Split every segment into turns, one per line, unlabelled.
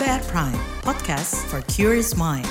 KBR Prime, podcast for curious mind.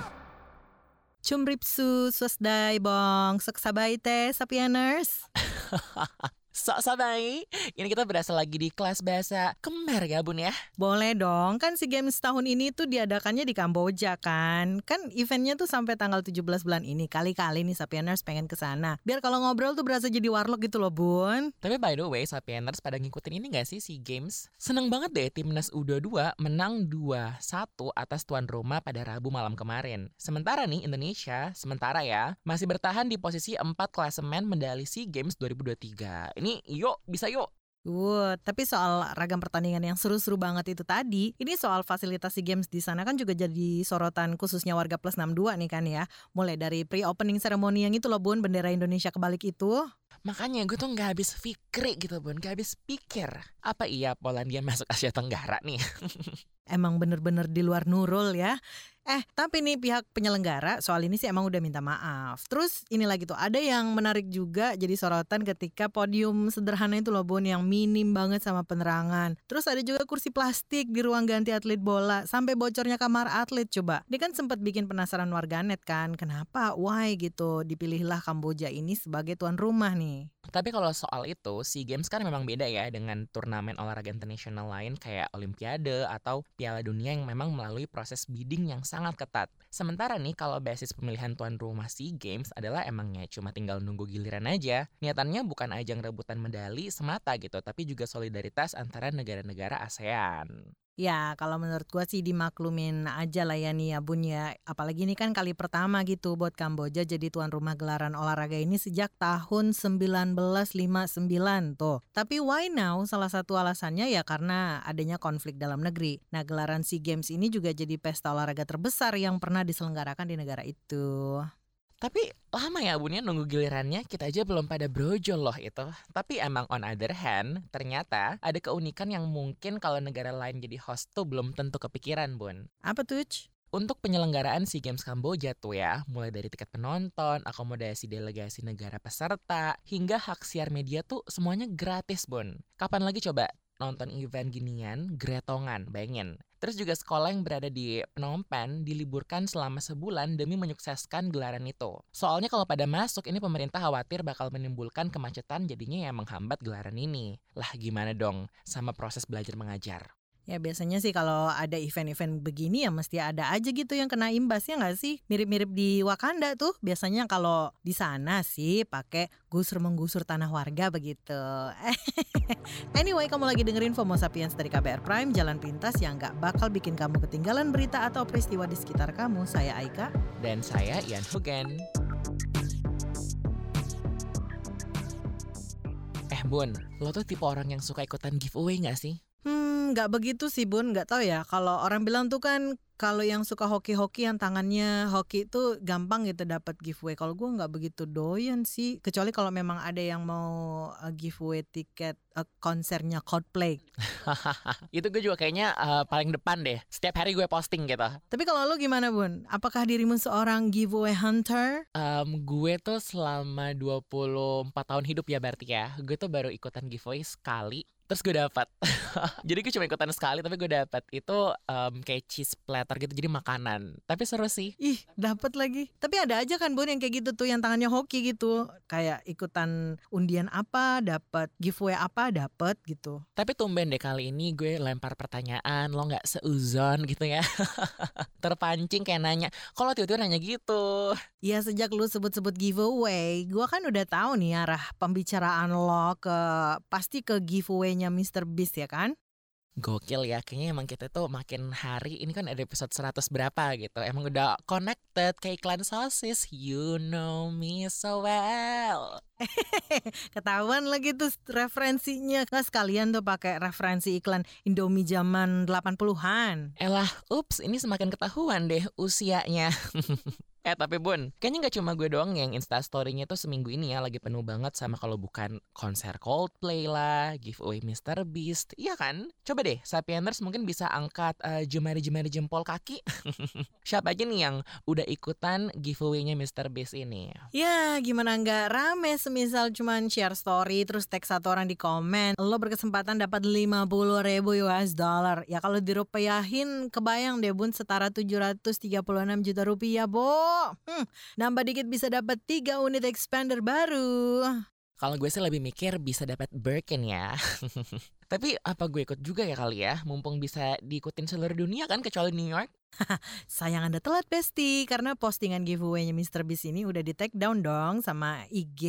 Chumripsu, swasday bong, saksabay te, sapieners.
Sok sabay, ini kita berasa lagi di kelas bahasa Khmer ya Bun ya?
Boleh dong, kan SEA Games tahun ini tuh diadakannya di Kamboja kan. Kan eventnya tuh sampai tanggal 17 bulan ini. Kali-kali nih Sapieners pengen ke sana. Biar kalau ngobrol tuh berasa jadi warlock gitu loh Bun.
Tapi by the way, Sapieners pada ngikutin ini gak sih SEA Games? Seneng banget deh Timnas U22 menang 2-1 atas tuan rumah pada Rabu malam kemarin. Sementara nih Indonesia, masih bertahan di posisi 4 klasemen medali SEA Games 2023. Ini yuk, bisa yuk.
Tapi soal ragam pertandingan yang seru-seru banget itu tadi, ini soal fasilitas SEA Games di sana kan juga jadi sorotan khususnya warga plus 62 nih kan ya. Mulai dari pre-opening ceremony yang itu loh Bun, bendera Indonesia kebalik itu.
Makanya gue tuh gak habis pikir gitu Bun, gak habis pikir. Apa iya Polandia masuk Asia Tenggara nih?
Emang bener-bener di luar nurul ya. Tapi nih pihak penyelenggara soal ini sih emang udah minta maaf. Terus ini lagi tuh ada yang menarik juga jadi sorotan ketika podium sederhana itu loh Bun, yang minim banget sama penerangan. Terus ada juga kursi plastik di ruang ganti atlet bola, sampai bocornya kamar atlet coba. Dia kan sempat bikin penasaran warganet kan, kenapa, why gitu dipilihlah Kamboja ini sebagai tuan rumah nih.
Tapi kalau soal itu, SEA Games kan memang beda ya dengan turnamen olahraga internasional lain kayak Olimpiade atau Piala Dunia yang memang melalui proses bidding yang sangat ketat. Sementara nih kalau basis pemilihan tuan rumah SEA Games adalah emangnya cuma tinggal nunggu giliran aja. Niatannya bukan ajang rebutan medali semata gitu, tapi juga solidaritas antara negara-negara ASEAN.
Ya kalau menurut gua sih dimaklumin aja lah ya nih ya Bun ya. Apalagi ini kan kali pertama gitu buat Kamboja jadi tuan rumah gelaran olahraga ini sejak tahun 1959 tuh. Tapi why now? Salah satu alasannya ya karena adanya konflik dalam negeri. Nah gelaran SEA Games ini juga jadi pesta olahraga terbesar yang pernah diselenggarakan di negara itu.
Tapi lama ya Bun ya nunggu gilirannya, kita aja belum pada brojol loh itu. Tapi emang on other hand, ternyata ada keunikan yang mungkin kalau negara lain jadi host tuh belum tentu kepikiran Bun.
Apa tuh?
Untuk penyelenggaraan SEA Games Kamboja tuh ya, mulai dari tiket penonton, akomodasi delegasi negara peserta, hingga hak siar media tuh semuanya gratis Bun. Kapan lagi coba nonton event ginian, gretongan, bayangin. Terus juga sekolah yang berada di Phnom Penh diliburkan selama sebulan demi menyukseskan gelaran itu. Soalnya kalau pada masuk ini pemerintah khawatir bakal menimbulkan kemacetan, jadinya yang menghambat gelaran ini. Lah gimana dong sama proses belajar mengajar?
Ya biasanya sih kalau ada event-event begini ya mesti ada aja gitu yang kena imbasnya nggak sih? Mirip-mirip di Wakanda tuh. Biasanya kalau di sana sih pakai gusur-menggusur tanah warga begitu. Anyway, kamu lagi dengerin FOMO Sapiens dari KBR Prime, jalan pintas yang nggak bakal bikin kamu ketinggalan berita atau peristiwa di sekitar kamu. Saya Aika.
Dan saya Ian Hugen. Bun, lo tuh tipe orang yang suka ikutan giveaway nggak sih?
Nggak begitu sih Bun, nggak tahu ya. Kalau orang bilang tuh kan kalau yang suka hoki-hoki yang tangannya hoki itu gampang gitu dapat giveaway. Kalau gue nggak begitu doyan sih, kecuali kalau memang ada yang mau giveaway tiket konsernya Coldplay.
Itu gue juga kayaknya paling depan deh. Setiap hari gue posting gitu.
Tapi kalau lu gimana Bun? Apakah dirimu seorang giveaway hunter?
Gue tuh selama 24 tahun hidup ya berarti ya. Gue tuh baru ikutan giveaway sekali. Terus gue dapat. Jadi gue cuma ikutan sekali tapi gue dapat itu kayak cheese platter gitu, jadi makanan. Tapi seru sih.
Ih, dapat lagi. Tapi ada aja kan Bun yang kayak gitu tuh, yang tangannya hoki gitu. Kayak ikutan undian apa, dapat giveaway apa, dapat gitu.
Tapi tumben deh kali ini gue lempar pertanyaan, lo nggak seuzon gitu ya. Terpancing kayak nanya. Kalau tiba-tiba nanya gitu.
Ya sejak lu sebut-sebut giveaway, gue kan udah tahu nih arah pembicaraan lo pasti ke giveaway-nya Mr. Beast ya kan?
Gokil ya, kayaknya emang kita tuh makin hari, ini kan ada episode 100 berapa gitu. Emang udah connected kayak iklan sosis. You know me so well.
Ketahuan lagi tuh referensinya. Nah, sekalian tuh pakai referensi iklan Indomie zaman 80-an.
Elah, ups, ini semakin ketahuan deh usianya. Tapi Bun, kayaknya gak cuma gue doang yang instastory-nya tuh seminggu ini ya lagi penuh banget sama kalau bukan konser Coldplay lah, giveaway Mr. Beast, iya kan? Coba deh, Sapieners mungkin bisa angkat jemari-jemari jempol kaki. Siapa aja nih yang udah ikutan giveaway-nya Mr. Beast ini?
Ya gimana nggak rame, semisal cuman share story terus tag satu orang di komen, lo berkesempatan dapat 50.000 US dollar. Ya kalau dirupiahin kebayang deh Bun, setara 736 juta rupiah, Bo. Nambah dikit bisa dapat 3 unit expander baru.
Kalau gue sih lebih mikir bisa dapat Birkin ya. Tapi apa gue ikut juga ya kali ya, mumpung bisa diikutin seluruh dunia kan kecuali New York.
Sayang Anda telat Besti, karena postingan giveaway-nya Mr. Beast ini udah di take down dong sama IG.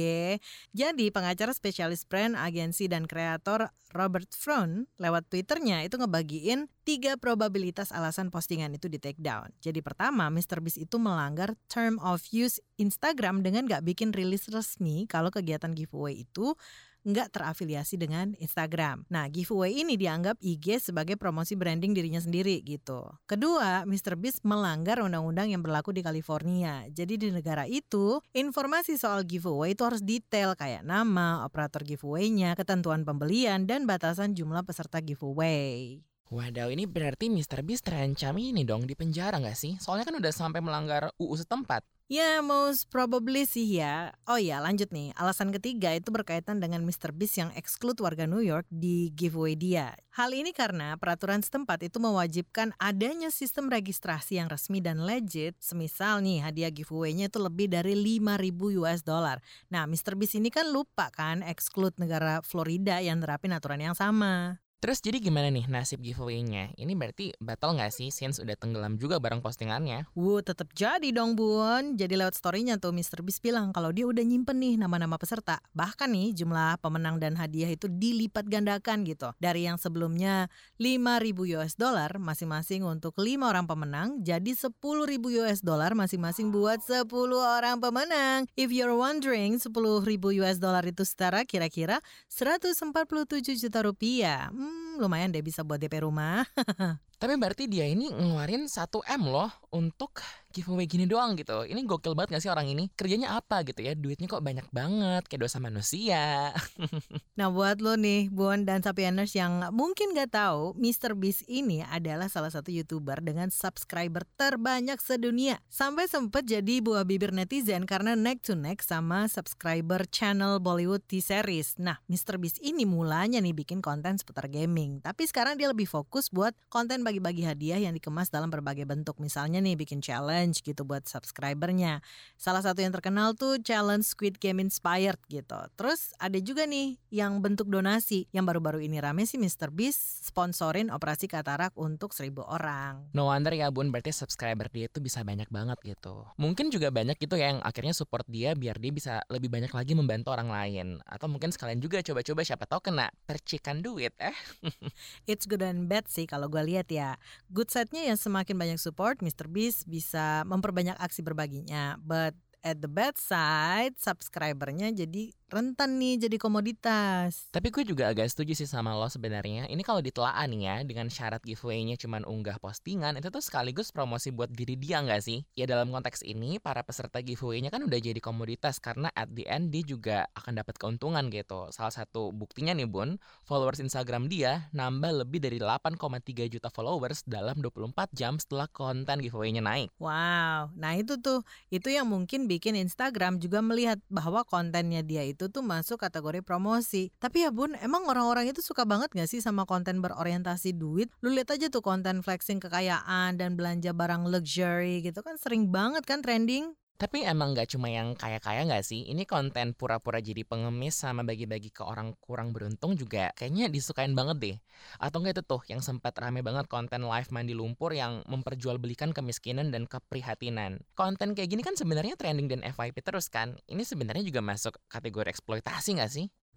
Jadi pengacara spesialis brand, agensi, dan kreator Robert Frohn lewat Twitternya itu ngebagiin 3 probabilitas alasan postingan itu di take down. Jadi pertama, Mr. Beast itu melanggar term of use Instagram dengan gak bikin rilis resmi kalau kegiatan giveaway itu nggak terafiliasi dengan Instagram. Nah, giveaway ini dianggap IG sebagai promosi branding dirinya sendiri gitu. Kedua, Mr. Beast melanggar undang-undang yang berlaku di California. Jadi di negara itu, informasi soal giveaway itu harus detail kayak nama, operator giveaway-nya, ketentuan pembelian, dan batasan jumlah peserta giveaway.
Waduh, ini berarti Mr. Beast terancam ini dong di penjara nggak sih? Soalnya kan udah sampai melanggar UU setempat.
Ya, most probably sih ya. Oh ya, lanjut nih. Alasan ketiga itu berkaitan dengan Mr. Beast yang exclude warga New York di giveaway dia. Hal ini karena peraturan setempat itu mewajibkan adanya sistem registrasi yang resmi dan legit. Semisal nih, hadiah giveaway-nya itu lebih dari 5.000 US dollar. Nah, Mr. Beast ini kan lupa kan exclude negara Florida yang nerapin aturan yang sama.
Terus jadi gimana nih nasib giveaway-nya? Ini berarti batal nggak sih since udah tenggelam juga bareng postingannya?
Tetap jadi dong Bun. Jadi lewat story-nya tuh Mr. Beast bilang kalau dia udah nyimpen nih nama-nama peserta. Bahkan nih jumlah pemenang dan hadiah itu dilipat gandakan gitu. Dari yang sebelumnya 5.000 US dollar masing-masing untuk 5 orang pemenang, jadi 10.000 US dollar masing-masing buat 10 orang pemenang. If you're wondering, 10.000 US dollar itu setara kira-kira 147 juta rupiah. Lumayan deh bisa buat DP rumah.
Tapi berarti dia ini ngeluarin 1M loh untuk giveaway gini doang gitu. Ini gokil banget gak sih orang ini? Kerjanya apa gitu ya? Duitnya kok banyak banget, kayak dosa manusia.
Nah buat lo nih, Bun dan Sapieners yang mungkin gak tahu, Mr. Beast ini adalah salah satu YouTuber dengan subscriber terbanyak sedunia. Sampai sempet jadi buah bibir netizen karena neck to neck sama subscriber channel Bollywood T-Series. Nah, Mr. Beast ini mulanya nih bikin konten seputar gaming. Tapi sekarang dia lebih fokus buat konten bagi-bagi hadiah yang dikemas dalam berbagai bentuk. Misalnya nih bikin challenge gitu buat subscribernya. Salah satu yang terkenal tuh challenge Squid Game Inspired gitu. Terus ada juga nih yang bentuk donasi. Yang baru-baru ini rame sih Mr. Beast sponsorin operasi katarak untuk 1.000 orang.
No wonder ya Bun, berarti subscriber dia tuh bisa banyak banget gitu. Mungkin juga banyak gitu ya yang akhirnya support dia biar dia bisa lebih banyak lagi membantu orang lain. Atau mungkin sekalian juga coba-coba siapa tahu kena percikan duit
It's good and bad sih kalau gue lihat ya. Good side-nya ya semakin banyak support, Mr. Beast bisa memperbanyak aksi berbaginya. But at the bad side, subscribernya jadi rentan nih jadi komoditas.
Tapi gue juga agak setuju sih sama lo sebenarnya. Ini kalau ditelaah nih ya, dengan syarat giveaway-nya cuman unggah postingan, itu tuh sekaligus promosi buat diri dia nggak sih? Ya dalam konteks ini, para peserta giveaway-nya kan udah jadi komoditas karena at the end dia juga akan dapat keuntungan gitu. Salah satu buktinya nih Bun, followers Instagram dia nambah lebih dari 8,3 juta followers dalam 24 jam setelah konten giveaway-nya naik.
Wow, nah itu yang mungkin bikin Instagram juga melihat bahwa kontennya dia itu tuh masuk kategori promosi. Tapi ya Bun, emang orang-orang itu suka banget gak sih sama konten berorientasi duit? Lu lihat aja tuh konten flexing kekayaan dan belanja barang luxury gitu kan sering banget kan trending.
Tapi emang gak cuma yang kaya-kaya gak sih? Ini konten pura-pura jadi pengemis sama bagi-bagi ke orang kurang beruntung juga kayaknya disukain banget deh. Atau enggak itu tuh yang sempat rame banget konten live mandi lumpur yang memperjualbelikan kemiskinan dan keprihatinan. Konten kayak gini kan sebenarnya trending dan FYP terus kan? Ini sebenarnya juga masuk kategori eksploitasi gak sih?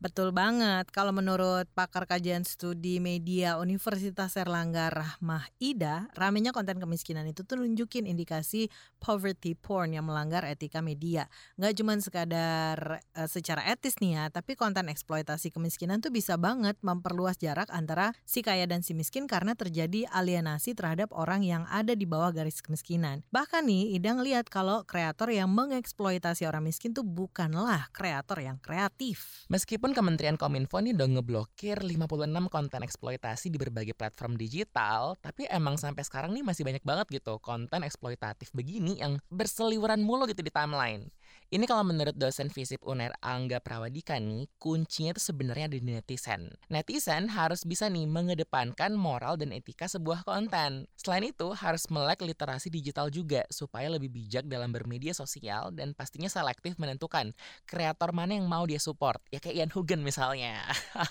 Betul banget. Kalau menurut pakar kajian studi media Universitas Erlangga Rahmah Ida, ramenya konten kemiskinan itu tuh nunjukin indikasi poverty porn yang melanggar etika media. Nggak cuma sekadar secara etis nih ya, tapi konten eksploitasi kemiskinan tuh bisa banget memperluas jarak antara si kaya dan si miskin karena terjadi alienasi terhadap orang yang ada di bawah garis kemiskinan. Bahkan nih, Ida ngeliat kalau kreator yang mengeksploitasi orang miskin tuh bukanlah kreator yang kreatif.
Meskipun Kementerian Kominfo nih udah ngeblokir 56 konten eksploitasi di berbagai platform digital, tapi emang sampai sekarang nih masih banyak banget gitu konten eksploitatif begini yang berseliweran mulu gitu di timeline. Ini kalau menurut dosen FISIP UNER Angga Prawadika nih, kuncinya itu sebenarnya ada di netizen. Netizen harus bisa nih mengedepankan moral dan etika sebuah konten. Selain itu, harus melek literasi digital juga supaya lebih bijak dalam bermedia sosial dan pastinya selektif menentukan kreator mana yang mau dia support. Ya kayak Ian Hugen misalnya.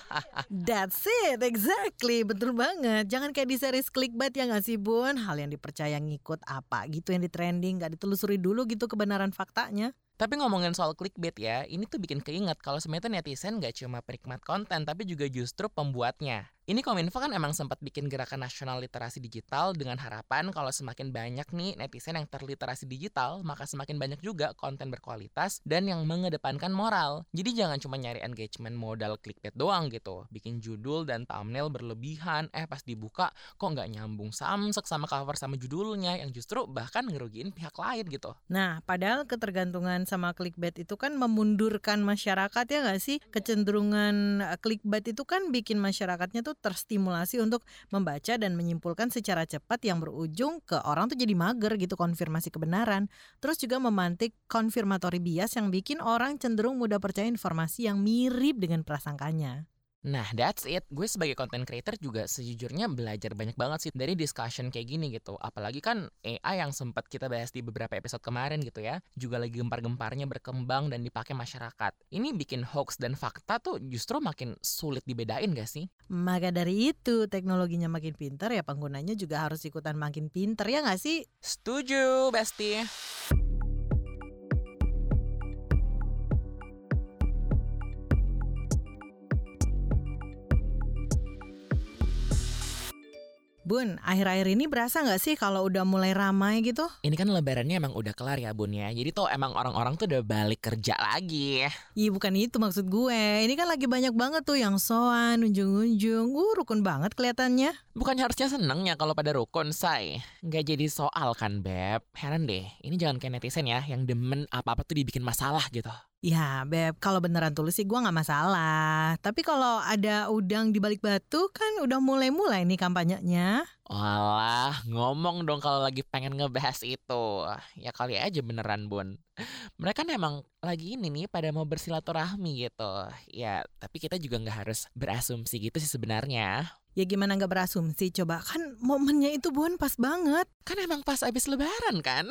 That's it, exactly, betul banget. Jangan kayak di series clickbait ya nggak sih Bun? Hal yang dipercaya ngikut apa gitu yang di trending, nggak ditelusuri dulu gitu kebenaran faktanya.
Tapi ngomongin soal clickbait ya, ini tuh bikin keinget kalau sebenarnya tuh netizen gak cuma penikmat konten, tapi juga justru pembuatnya. Ini Kominfo kan emang sempat bikin gerakan nasional literasi digital dengan harapan kalau semakin banyak nih netizen yang terliterasi digital, maka semakin banyak juga konten berkualitas dan yang mengedepankan moral. Jadi jangan cuma nyari engagement modal clickbait doang gitu. Bikin judul dan thumbnail berlebihan, pas dibuka kok nggak nyambung samsek sama cover sama judulnya, yang justru bahkan ngerugiin pihak lain gitu.
Nah, padahal ketergantungan sama clickbait itu kan memundurkan masyarakat ya nggak sih? Kecenderungan clickbait itu kan bikin masyarakatnya tuh terstimulasi untuk membaca dan menyimpulkan secara cepat yang berujung ke orang tuh jadi mager gitu konfirmasi kebenaran. Terus juga memantik confirmatory bias yang bikin orang cenderung mudah percaya informasi yang mirip dengan prasangkanya.
Nah, that's it. Gue sebagai content creator juga sejujurnya belajar banyak banget sih dari discussion kayak gini gitu. Apalagi kan AI yang sempat kita bahas di beberapa episode kemarin gitu ya, juga lagi gempar-gemparnya berkembang dan dipakai masyarakat. Ini bikin hoax dan fakta tuh justru makin sulit dibedain gak sih?
Maka dari itu teknologinya makin pintar ya penggunanya juga harus ikutan makin pintar ya nggak sih?
Setuju, Besti.
Bun, akhir-akhir ini berasa nggak sih kalau udah mulai ramai gitu?
Ini kan lebarannya emang udah kelar ya Bun ya. Jadi tuh emang orang-orang tuh udah balik kerja lagi.
Iya bukan itu maksud gue. Ini kan lagi banyak banget tuh yang soan, unjung-unjung. Rukun banget kelihatannya.
Bukannya harusnya seneng ya kalau pada rukun, say? Nggak jadi soal kan, Beb? Heran deh, ini jangan kayak netizen ya yang demen apa-apa tuh dibikin masalah gitu.
Ya Beb, kalau beneran tulus sih gue gak masalah. Tapi kalau ada udang di balik batu kan udah mulai-mulai nih kampanyenya.
Walah, ngomong dong kalau lagi pengen ngebahas itu. Ya kali aja beneran, Bun. Mereka kan emang lagi ini nih pada mau bersilaturahmi gitu. Ya, tapi kita juga gak harus berasumsi gitu sih sebenarnya.
Ya gimana gak berasumsi, coba kan momennya itu Bun pas banget.
Kan emang pas abis lebaran kan?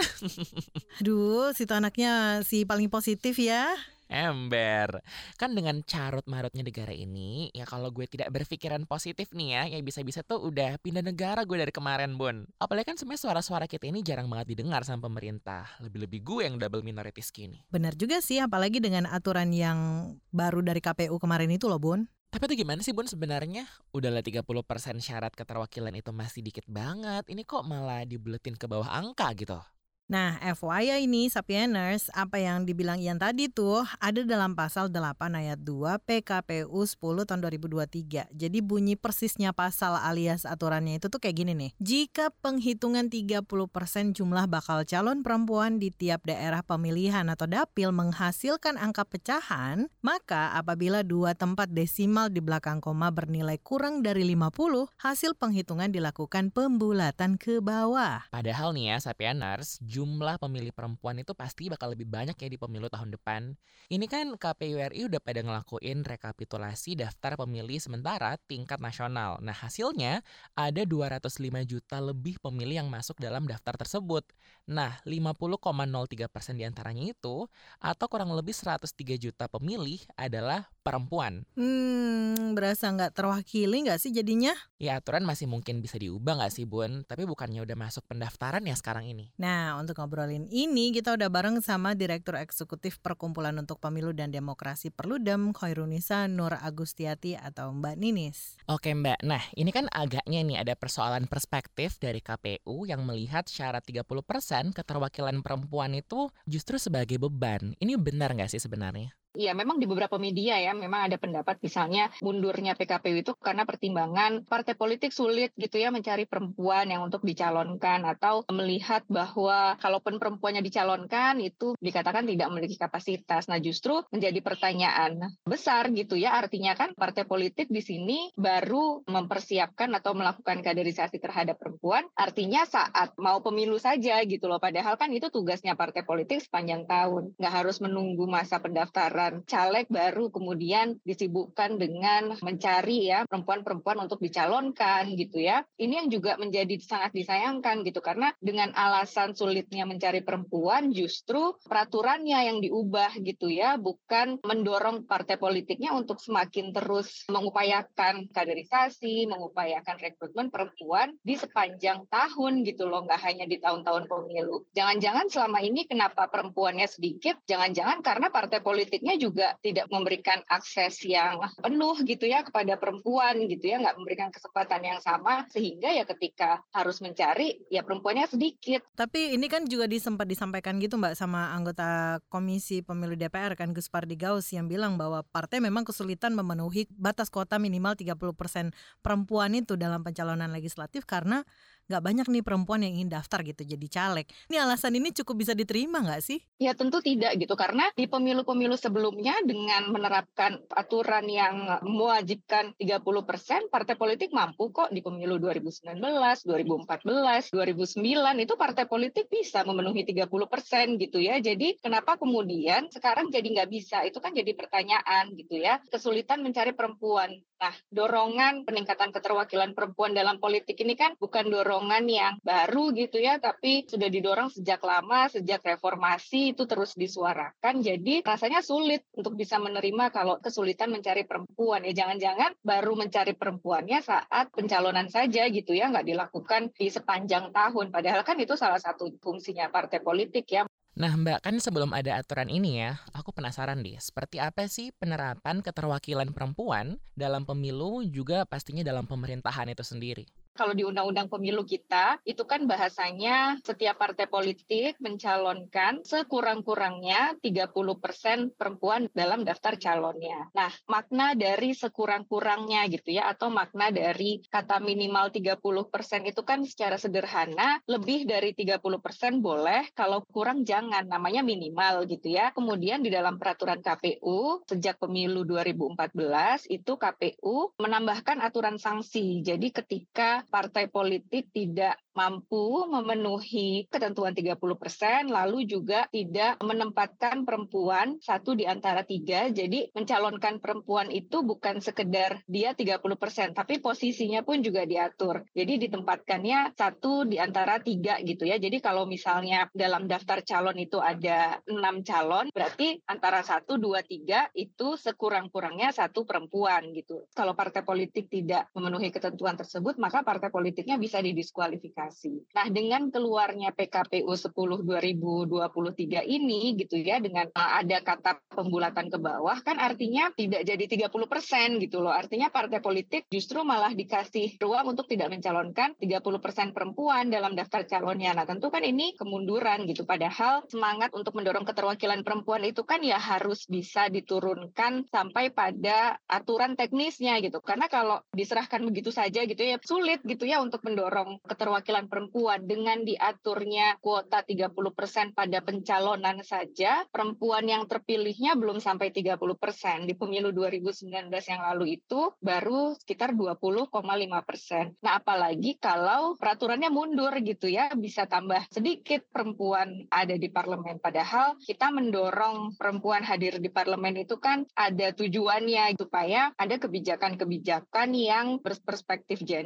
Aduh, situ anaknya si paling positif ya.
Ember. Kan dengan carut-marutnya negara ini, ya kalau gue tidak berpikiran positif nih ya bisa-bisa tuh udah pindah negara gue dari kemarin, Bun. Apalagi kan sebenarnya suara-suara kita ini jarang banget didengar sama pemerintah. Lebih-lebih gue yang double minorities gini.
Benar juga sih, apalagi dengan aturan yang baru dari KPU kemarin itu loh Bun.
Tapi itu gimana sih Bun sebenarnya? Udahlah 30% syarat keterwakilan itu masih dikit banget. Ini kok malah dibuletin ke bawah angka gitu?
Nah, FYI ini Sapieners, apa yang dibilang Ian tadi tuh ada dalam pasal 8 ayat 2 PKPU 10 tahun 2023. Jadi bunyi persisnya pasal alias aturannya itu tuh kayak gini nih. Jika penghitungan 30% jumlah bakal calon perempuan di tiap daerah pemilihan atau dapil menghasilkan angka pecahan, maka apabila dua tempat desimal di belakang koma bernilai kurang dari 50, hasil penghitungan dilakukan pembulatan ke bawah.
Padahal nih ya Sapieners, jumlah pemilih perempuan itu pasti bakal lebih banyak ya di pemilu tahun depan. Ini kan KPU RI udah pada ngelakuin rekapitulasi daftar pemilih sementara tingkat nasional. Nah hasilnya ada 205 juta lebih pemilih yang masuk dalam daftar tersebut. Nah 50,03% diantaranya itu atau kurang lebih 103 juta pemilih adalah perempuan.
Berasa nggak terwakili nggak sih jadinya?
Ya aturan masih mungkin bisa diubah nggak sih Bun? Tapi bukannya udah masuk pendaftaran ya sekarang ini?
Nah, untuk ngobrolin ini kita udah bareng sama Direktur Eksekutif Perkumpulan untuk Pemilu dan Demokrasi Perludem, Khairunisa Nur Agustiati atau Mbak Ninis.
Oke Mbak, nah ini kan agaknya nih ada persoalan perspektif dari KPU yang melihat syarat 30% keterwakilan perempuan itu justru sebagai beban. Ini benar nggak sih sebenarnya?
Iya, memang di beberapa media ya, memang ada pendapat misalnya mundurnya PKPU itu karena pertimbangan partai politik sulit gitu ya mencari perempuan yang untuk dicalonkan atau melihat bahwa kalaupun perempuannya dicalonkan itu dikatakan tidak memiliki kapasitas. Nah, justru menjadi pertanyaan besar gitu ya, artinya kan partai politik di sini baru mempersiapkan atau melakukan kaderisasi terhadap perempuan, artinya saat mau pemilu saja gitu loh, padahal kan itu tugasnya partai politik sepanjang tahun, nggak harus menunggu masa pendaftaran caleg baru kemudian disibukkan dengan mencari ya perempuan-perempuan untuk dicalonkan gitu ya. Ini yang juga menjadi sangat disayangkan gitu karena dengan alasan sulitnya mencari perempuan justru peraturannya yang diubah gitu ya, bukan mendorong partai politiknya untuk semakin terus mengupayakan kaderisasi, mengupayakan rekrutmen perempuan di sepanjang tahun gitu loh, nggak hanya di tahun-tahun pemilu. Jangan-jangan selama ini kenapa perempuannya sedikit? Jangan-jangan karena partai politiknya juga tidak memberikan akses yang penuh gitu ya kepada perempuan gitu ya, nggak memberikan kesempatan yang sama sehingga ya ketika harus mencari ya perempuannya sedikit.
Tapi ini kan juga sempat disampaikan gitu Mbak sama anggota Komisi Pemilu DPR kan Gus Pardi Gaus yang bilang bahwa partai memang kesulitan memenuhi batas kuota minimal 30% perempuan itu dalam pencalonan legislatif karena nggak banyak nih perempuan yang ingin daftar gitu jadi caleg. Ini alasan ini cukup bisa diterima nggak sih?
Ya tentu tidak gitu, karena di pemilu-pemilu sebelumnya dengan menerapkan aturan yang mewajibkan 30%, partai politik mampu kok di pemilu 2019, 2014, 2009 itu partai politik bisa memenuhi 30% gitu ya. Jadi kenapa kemudian sekarang jadi nggak bisa? Itu kan jadi pertanyaan gitu ya. Kesulitan mencari perempuan. Nah, dorongan peningkatan keterwakilan perempuan dalam politik ini kan bukan dorongan yang baru gitu ya, tapi sudah didorong sejak lama, sejak reformasi itu terus disuarakan. Jadi rasanya sulit untuk bisa menerima kalau kesulitan mencari perempuan. Ya jangan-jangan baru mencari perempuannya saat pencalonan saja gitu ya, nggak dilakukan di sepanjang tahun. Padahal kan itu salah satu fungsinya partai politik ya.
Nah Mbak, kan sebelum ada aturan ini ya, aku penasaran deh, seperti apa sih penerapan keterwakilan perempuan dalam pemilu juga pastinya dalam pemerintahan itu sendiri?
Kalau di Undang-Undang Pemilu kita, itu kan bahasanya setiap partai politik mencalonkan sekurang-kurangnya 30% perempuan dalam daftar calonnya. Nah, makna dari sekurang-kurangnya gitu ya, atau makna dari kata minimal 30% itu kan secara sederhana, lebih dari 30% boleh, kalau kurang jangan, namanya minimal gitu ya. Kemudian di dalam peraturan KPU, sejak pemilu 2014, itu KPU menambahkan aturan sanksi. Jadi ketika partai politik tidak mampu memenuhi ketentuan 30%, lalu juga tidak menempatkan perempuan satu di antara tiga. Jadi mencalonkan perempuan itu bukan sekedar dia 30%, tapi posisinya pun juga diatur. Jadi ditempatkannya satu di antara tiga gitu ya. Jadi kalau misalnya dalam daftar calon itu ada 6 calon, berarti antara 1, 2, 3 itu sekurang-kurangnya satu perempuan gitu. Kalau partai politik tidak memenuhi ketentuan tersebut, maka partai politiknya bisa didiskualifikasi. Nah, dengan keluarnya PKPU 10 2023 ini gitu ya, dengan ada kata pembulatan ke bawah, kan artinya tidak jadi 30% gitu loh. Artinya partai politik justru malah dikasih ruang untuk tidak mencalonkan 30% perempuan dalam daftar calonnya. Nah, tentu kan ini kemunduran gitu. Padahal semangat untuk mendorong keterwakilan perempuan itu kan ya harus bisa diturunkan sampai pada aturan teknisnya gitu. Karena kalau diserahkan begitu saja gitu ya, sulit gitu ya untuk mendorong keterwakilan perempuan. Dengan diaturnya kuota 30% pada pencalonan saja, perempuan yang terpilihnya belum sampai 30%. Di pemilu 2019 yang lalu itu baru sekitar 20,5%. Nah, apalagi kalau peraturannya mundur gitu ya, bisa tambah sedikit perempuan ada di parlemen. Padahal kita mendorong perempuan hadir di parlemen itu kan ada tujuannya supaya ada kebijakan-kebijakan yang berperspektif gender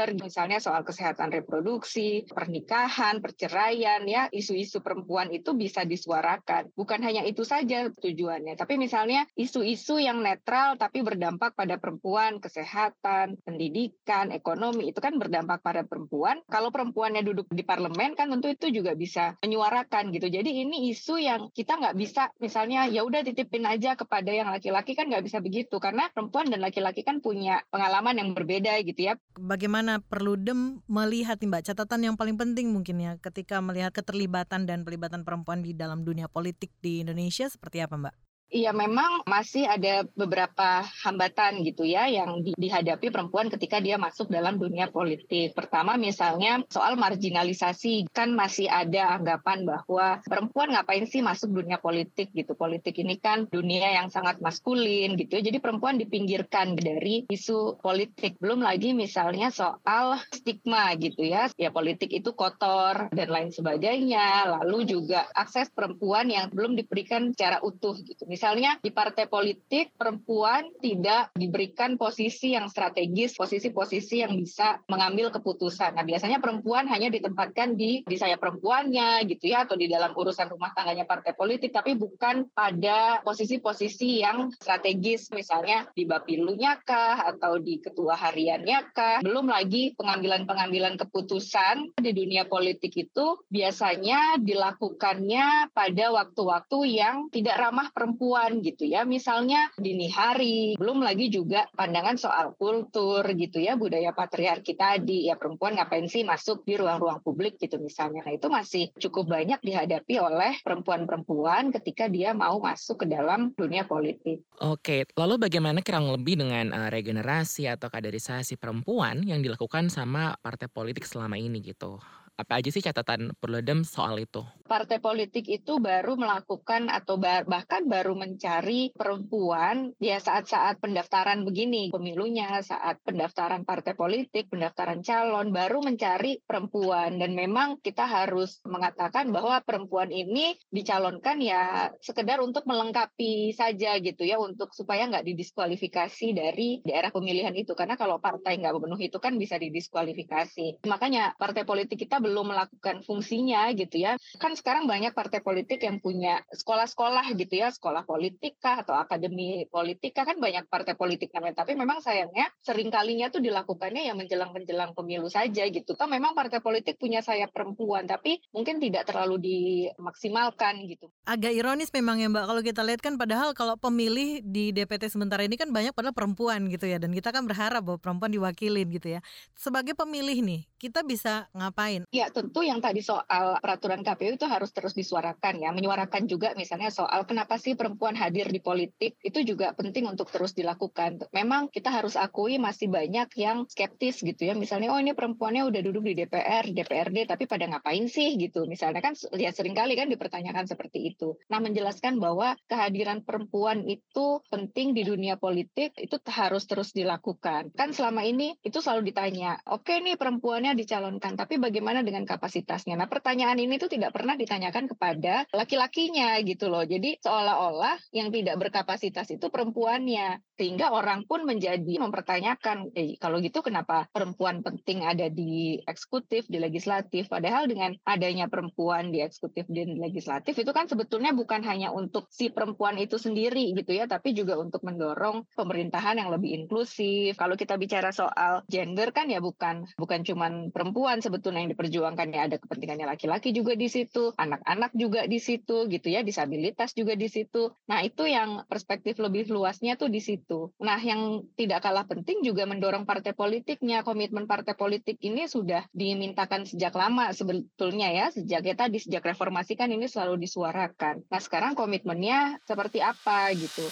gender, misalnya soal kesehatan reproduksi, pernikahan, perceraian, ya isu-isu perempuan itu bisa disuarakan. Bukan hanya itu saja tujuannya, tapi misalnya isu-isu yang netral tapi berdampak pada perempuan, kesehatan, pendidikan, ekonomi itu kan berdampak pada perempuan. Kalau perempuannya duduk di parlemen kan tentu itu juga bisa menyuarakan gitu. Jadi ini isu yang kita nggak bisa misalnya ya udah titipin aja kepada yang laki-laki, kan nggak bisa begitu karena perempuan dan laki-laki kan punya pengalaman yang berbeda gitu ya.
Bagaimana Perludem melihat nih Mbak, catatan yang paling penting mungkin ya ketika melihat keterlibatan dan pelibatan perempuan di dalam dunia politik di Indonesia seperti apa Mbak?
Iya, memang masih ada beberapa hambatan gitu ya yang dihadapi perempuan ketika dia masuk dalam dunia politik. Pertama misalnya soal marginalisasi, kan masih ada anggapan bahwa perempuan ngapain sih masuk dunia politik gitu. Politik ini kan dunia yang sangat maskulin gitu ya. Jadi perempuan dipinggirkan dari isu politik. Belum lagi misalnya soal stigma gitu ya. Ya politik itu kotor dan lain sebagainya. Lalu juga akses perempuan yang belum diberikan secara utuh gitu. Misalnya di partai politik perempuan tidak diberikan posisi yang strategis, posisi-posisi yang bisa mengambil keputusan. Nah biasanya perempuan hanya ditempatkan di sayap perempuannya gitu ya, atau di dalam urusan rumah tangganya partai politik, tapi bukan pada posisi-posisi yang strategis, misalnya di bapilunya kah, atau di ketua hariannya kah. Belum lagi pengambilan-pengambilan keputusan di dunia politik itu biasanya dilakukannya pada waktu-waktu yang tidak ramah perempuan gitu ya, misalnya dini hari. Belum lagi juga pandangan soal kultur gitu ya, budaya patriarki tadi ya, perempuan ngapain sih masuk di ruang-ruang publik gitu misalnya. Nah itu masih cukup banyak dihadapi oleh perempuan-perempuan ketika dia mau masuk ke dalam dunia politik.
Oke, lalu bagaimana kurang lebih dengan regenerasi atau kaderisasi perempuan yang dilakukan sama partai politik selama ini gitu? Apa aja sih catatan Perludem soal itu?
Partai politik itu baru melakukan atau bahkan baru mencari perempuan ya saat-saat pendaftaran begini, pemilunya, saat pendaftaran partai politik, pendaftaran calon, baru mencari perempuan. Dan memang kita harus mengatakan bahwa perempuan ini dicalonkan ya sekedar untuk melengkapi saja gitu ya, untuk supaya nggak didiskualifikasi dari daerah pemilihan itu. Karena kalau partai nggak memenuhi itu kan bisa didiskualifikasi. Makanya partai politik kita belum melakukan fungsinya gitu ya. Kan sekarang banyak partai politik yang punya sekolah-sekolah gitu ya, sekolah politik kah atau akademi politik kah, kan banyak partai politik namanya. Tapi memang sayangnya seringkalinya tuh dilakukannya ya menjelang pemilu saja gitu. Toh memang partai politik punya sayap perempuan, tapi mungkin tidak terlalu dimaksimalkan gitu.
Agak ironis memang ya Mbak, kalau kita lihat kan padahal kalau pemilih di DPT sementara ini kan banyak padahal perempuan gitu ya, dan kita kan berharap bahwa perempuan diwakilin gitu ya. Sebagai pemilih nih, kita bisa ngapain?
Ya tentu yang tadi soal peraturan KPU itu harus terus disuarakan ya. Menyuarakan juga misalnya soal kenapa sih perempuan hadir di politik, itu juga penting untuk terus dilakukan. Memang kita harus akui masih banyak yang skeptis gitu ya. Misalnya ini perempuannya udah duduk di DPR, DPRD, tapi pada ngapain sih gitu. Misalnya kan ya seringkali kan dipertanyakan seperti itu. Nah menjelaskan bahwa kehadiran perempuan itu penting di dunia politik, itu harus terus dilakukan. Kan selama ini itu selalu ditanya, oke nih perempuannya dicalonkan, tapi bagaimana dengan kapasitasnya? Nah, pertanyaan ini tuh tidak pernah ditanyakan kepada laki-lakinya gitu loh. Jadi seolah-olah yang tidak berkapasitas itu perempuannya. Sehingga orang pun menjadi mempertanyakan, kalau gitu kenapa perempuan penting ada di eksekutif, di legislatif? Padahal dengan adanya perempuan di eksekutif dan legislatif itu kan sebetulnya bukan hanya untuk si perempuan itu sendiri gitu ya, tapi juga untuk mendorong pemerintahan yang lebih inklusif. Kalau kita bicara soal gender kan ya bukan cuman perempuan sebetulnya yang diperjuangkan, ya ada kepentingannya laki-laki juga di situ, anak-anak juga di situ gitu ya, disabilitas juga di situ. Nah, itu yang perspektif lebih luasnya tuh di situ. Nah, yang tidak kalah penting juga mendorong partai politiknya. Komitmen partai politik ini sudah dimintakan sejak lama sebetulnya ya, sejak reformasi kan ini selalu disuarakan. Nah, sekarang komitmennya seperti apa gitu.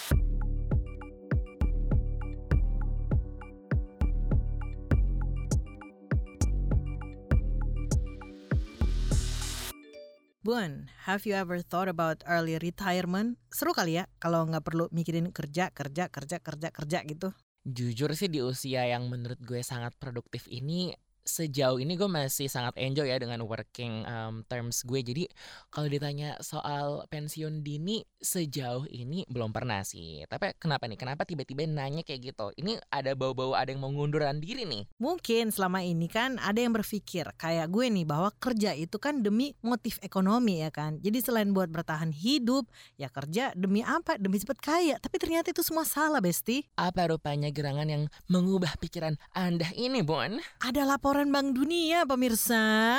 Bun, have you ever thought about early retirement? Seru kali ya kalau nggak perlu mikirin kerja gitu.
Jujur sih di usia yang menurut gue sangat produktif ini, sejauh ini gue masih sangat enjoy ya dengan working terms gue. Jadi kalau ditanya soal pensiun dini sejauh ini belum pernah sih. Tapi kenapa nih? Kenapa tiba-tiba nanya kayak gitu? Ini ada bau-bau ada yang mau ngunduran diri nih.
Mungkin selama ini kan ada yang berpikir kayak gue nih bahwa kerja itu kan demi motif ekonomi ya kan. Jadi selain buat bertahan hidup, ya kerja demi apa? Demi cepat kaya. Tapi ternyata itu semua salah, Besti.
Apa rupanya gerangan yang mengubah pikiran Anda ini, Bon?
Ada laporan Bank Dunia, pemirsa.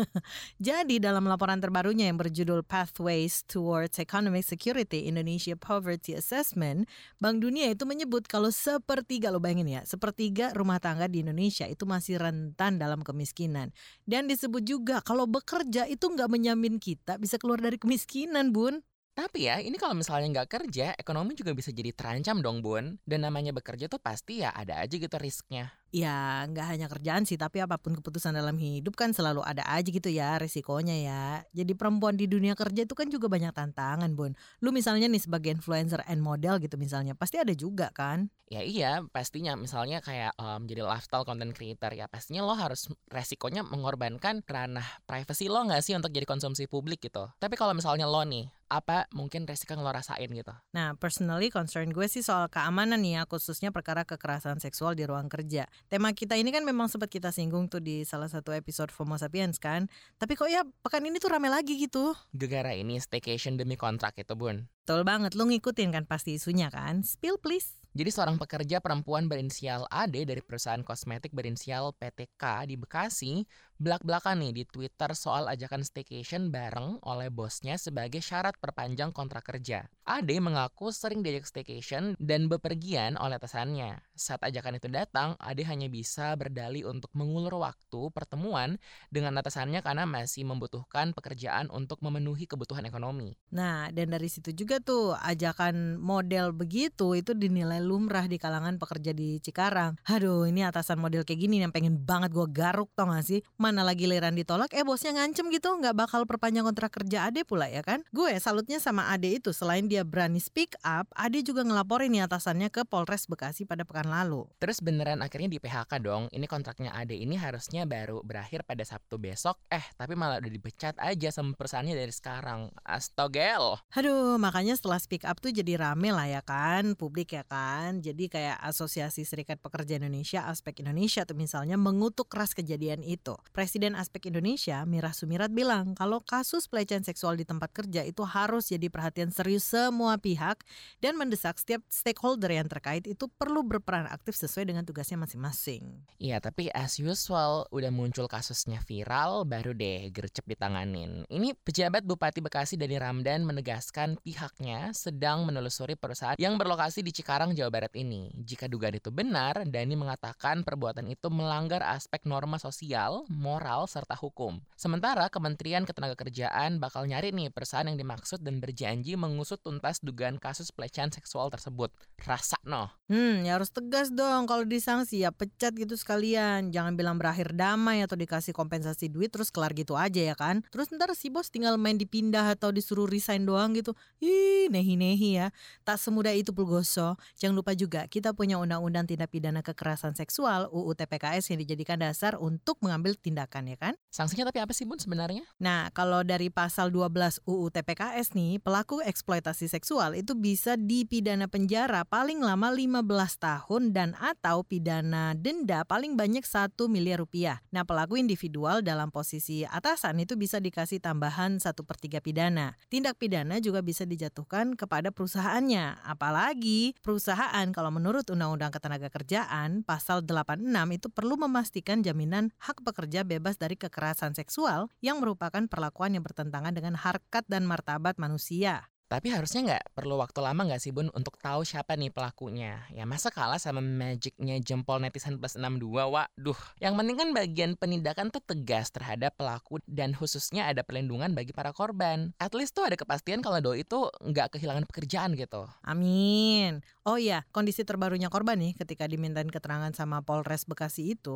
Jadi dalam laporan terbarunya yang berjudul Pathways Towards Economic Security Indonesia Poverty Assessment, Bank Dunia itu menyebut kalau sepertiga, lo bayangin ya, sepertiga rumah tangga di Indonesia itu masih rentan dalam kemiskinan. Dan disebut juga kalau bekerja itu nggak menjamin kita bisa keluar dari kemiskinan, Bun.
Tapi ya, ini kalau misalnya nggak kerja, ekonomi juga bisa jadi terancam dong, Bun. Dan namanya bekerja tuh pasti ya ada aja gitu risknya.
Ya nggak hanya kerjaan sih, tapi apapun keputusan dalam hidup kan selalu ada aja gitu ya risikonya ya. Jadi perempuan di dunia kerja itu kan juga banyak tantangan, Bun. Lu misalnya nih sebagai influencer and model gitu misalnya, pasti ada juga kan?
Ya iya, pastinya misalnya kayak jadi lifestyle content creator ya pastinya lo harus resikonya mengorbankan ranah privacy lo nggak sih untuk jadi konsumsi publik gitu. Tapi kalau misalnya lo nih, apa mungkin resiko yang lo rasain gitu?
Nah, personally concern gue sih soal keamanan nih ya, khususnya perkara kekerasan seksual di ruang kerja. Tema kita ini kan memang sempat kita singgung tuh di salah satu episode FOMO Sapiens kan. Tapi kok ya pekan ini tuh rame lagi gitu.
Gegara ini staycation demi kontrak itu, Bun.
Betul banget, lu ngikutin kan pasti isunya kan? Spill please.
Jadi seorang pekerja perempuan berinisial AD dari perusahaan kosmetik berinisial PTK di Bekasi belak-belakan nih di Twitter soal ajakan staycation bareng oleh bosnya sebagai syarat perpanjang kontrak kerja. AD mengaku sering diajak staycation dan bepergian oleh atasannya. Saat ajakan itu datang, AD hanya bisa berdalih untuk mengulur waktu pertemuan dengan atasannya karena masih membutuhkan pekerjaan untuk memenuhi kebutuhan ekonomi.
Nah, dan dari situ juga tuh ajakan model begitu itu dinilai lumrah di kalangan pekerja di Cikarang. Aduh, ini atasan model kayak gini yang pengen banget gue garuk, tau gak sih? Mana lagi liran ditolak, bosnya ngancem gitu gak bakal perpanjang kontrak kerja Ade pula ya kan? Gue salutnya sama Ade itu, selain dia berani speak up, Ade juga ngelaporin nih atasannya ke Polres Bekasi pada pekan lalu.
Terus beneran akhirnya di PHK dong. Ini kontraknya AD ini harusnya baru berakhir pada Sabtu besok. Tapi malah udah dipecat aja sama perusahaannya dari sekarang. Astagel.
Aduh, makanya setelah speak up tuh jadi rame lah ya kan, publik ya kan. Jadi kayak Asosiasi Serikat Pekerja Indonesia, Aspek Indonesia tuh misalnya mengutuk keras kejadian itu. Presiden Aspek Indonesia, Mirah Sumirat bilang kalau kasus pelecehan seksual di tempat kerja itu harus jadi perhatian serius semua pihak dan mendesak setiap stakeholder yang terkait itu perlu berperan aktif sesuai dengan tugasnya masing-masing.
Iya, tapi as usual udah muncul kasusnya viral baru deh gercep ditanganin. Ini pejabat Bupati Bekasi Dani Ramdan menegaskan pihaknya sedang menelusuri perusahaan yang berlokasi di Cikarang, Jawa Barat ini. Jika dugaan itu benar, Dani mengatakan perbuatan itu melanggar aspek norma sosial, moral, serta hukum. Sementara Kementerian Ketenagakerjaan bakal nyari nih perusahaan yang dimaksud dan berjanji mengusut tuntas dugaan kasus pelecehan seksual tersebut. Rasa noh.
Ya harus tegas dong kalau disanksi ya pecat gitu sekalian. Jangan bilang berakhir damai atau dikasih kompensasi duit terus kelar gitu aja ya kan. Terus ntar si bos tinggal main dipindah atau disuruh resign doang gitu. Nehi-nehi ya. Tak semudah itu Pulgoso. Jangan lupa juga kita punya Undang-Undang Tindak Pidana Kekerasan Seksual UU TPKS yang dijadikan dasar untuk mengambil tindakan ya kan.
Sanksinya tapi apa sih Bun sebenarnya?
Nah kalau dari pasal 12 UU TPKS nih, pelaku eksploitasi seksual itu bisa dipidana penjara paling lama 15 tahun dan atau pidana denda paling banyak 1 miliar rupiah. Nah pelaku individual dalam posisi atasan itu bisa dikasih tambahan 1/3 pidana. Tindak pidana juga bisa dijatuhkan kepada perusahaannya. Apalagi perusahaan kalau menurut Undang-Undang Ketenagakerjaan pasal 86 itu perlu memastikan jaminan hak pekerja bebas dari kekerasan seksual yang merupakan perlakuan yang bertentangan dengan harkat dan martabat manusia.
Tapi harusnya nggak perlu waktu lama nggak sih Bun untuk tahu siapa nih pelakunya? Ya masa kalah sama magicnya jempol netizen plus 62, waduh. Yang penting kan bagian penindakan tuh tegas terhadap pelaku dan khususnya ada perlindungan bagi para korban. At least tuh ada kepastian kalau doi itu nggak kehilangan pekerjaan gitu.
Amin. Oh iya, kondisi terbarunya korban nih ketika dimintain keterangan sama Polres Bekasi itu,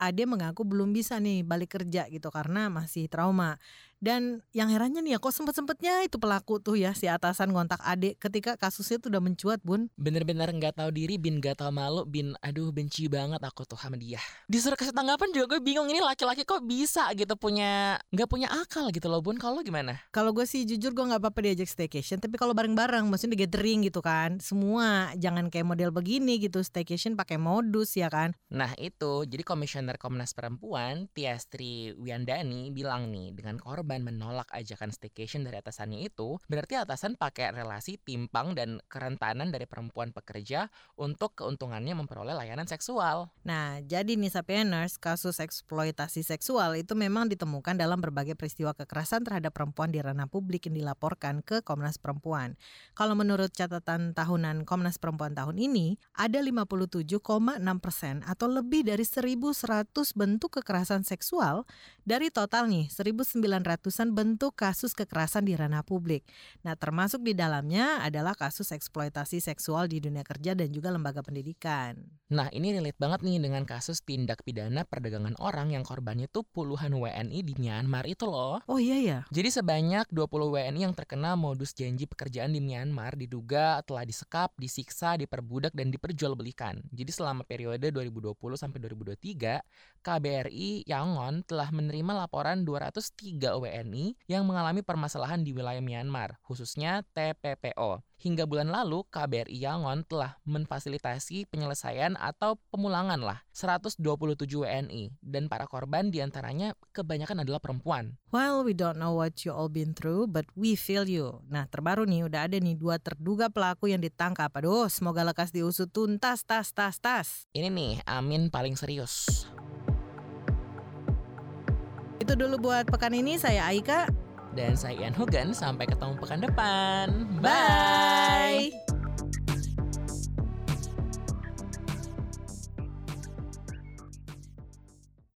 Ade mengaku belum bisa nih balik kerja gitu karena masih trauma. Dan yang herannya nih ya, kok sempet-sempetnya itu pelaku tuh ya, si atasan ngontak Ade ketika kasusnya tuh udah mencuat, Bun.
Bener-bener gak tahu diri, Bin, gak tahu malu, Bin. Aduh, benci banget aku tuh sama dia. Disuruh kasih tanggapan juga gue bingung, ini laki-laki kok bisa gitu gak punya akal gitu loh, Bun. Kalau lo gimana?
Kalau gue sih jujur gue gak apa-apa diajak staycation, tapi kalau bareng-bareng maksudnya di gathering gitu kan, semua jangan kayak model begini gitu, staycation pakai modus ya kan.
Nah itu, jadi Komisioner Komnas Perempuan Tiastri Wiandani bilang nih, dengan korban menolak ajakan staycation dari atasannya itu, berarti atasan pakai relasi timpang dan kerentanan dari perempuan pekerja untuk keuntungannya memperoleh layanan seksual.
Nah, jadi nih Sapieners, kasus eksploitasi seksual itu memang ditemukan dalam berbagai peristiwa kekerasan terhadap perempuan di ranah publik yang dilaporkan ke Komnas Perempuan. Kalau menurut catatan tahunan Komnas Perempuan tahun ini, ada 57,6% atau lebih dari 1.100 bentuk kekerasan seksual dari total nih 1.900-an bentuk kasus kekerasan di ranah publik. Nah, termasuk di dalamnya adalah kasus eksploitasi seksual di dunia kerja dan juga lembaga pendidikan.
Nah ini relate banget nih dengan kasus tindak pidana perdagangan orang yang korbannya tuh puluhan WNI di Myanmar itu loh.
Oh iya ya?
Jadi sebanyak 20 WNI yang terkena modus janji pekerjaan di Myanmar diduga telah disekap, disiksa, diperbudak, dan diperjualbelikan. Jadi selama periode 2020 sampai 2023, KBRI Yangon telah menerima laporan 203 WNI yang mengalami permasalahan di wilayah Myanmar, khususnya TPPO. Hingga bulan lalu, KBRI Yangon telah memfasilitasi penyelesaian atau pemulangan 127 WNI, dan para korban diantaranya kebanyakan adalah perempuan.
Well, we don't know what you all been through, but we feel you. Nah, terbaru nih udah ada nih 2 terduga pelaku yang ditangkap. Aduh, semoga lekas diusut tuntas, tas.
Ini nih, Amin paling serius.
Itu dulu buat pekan ini, saya Aika.
Dan saya Ian Hogan, sampai ketemu pekan depan. Bye!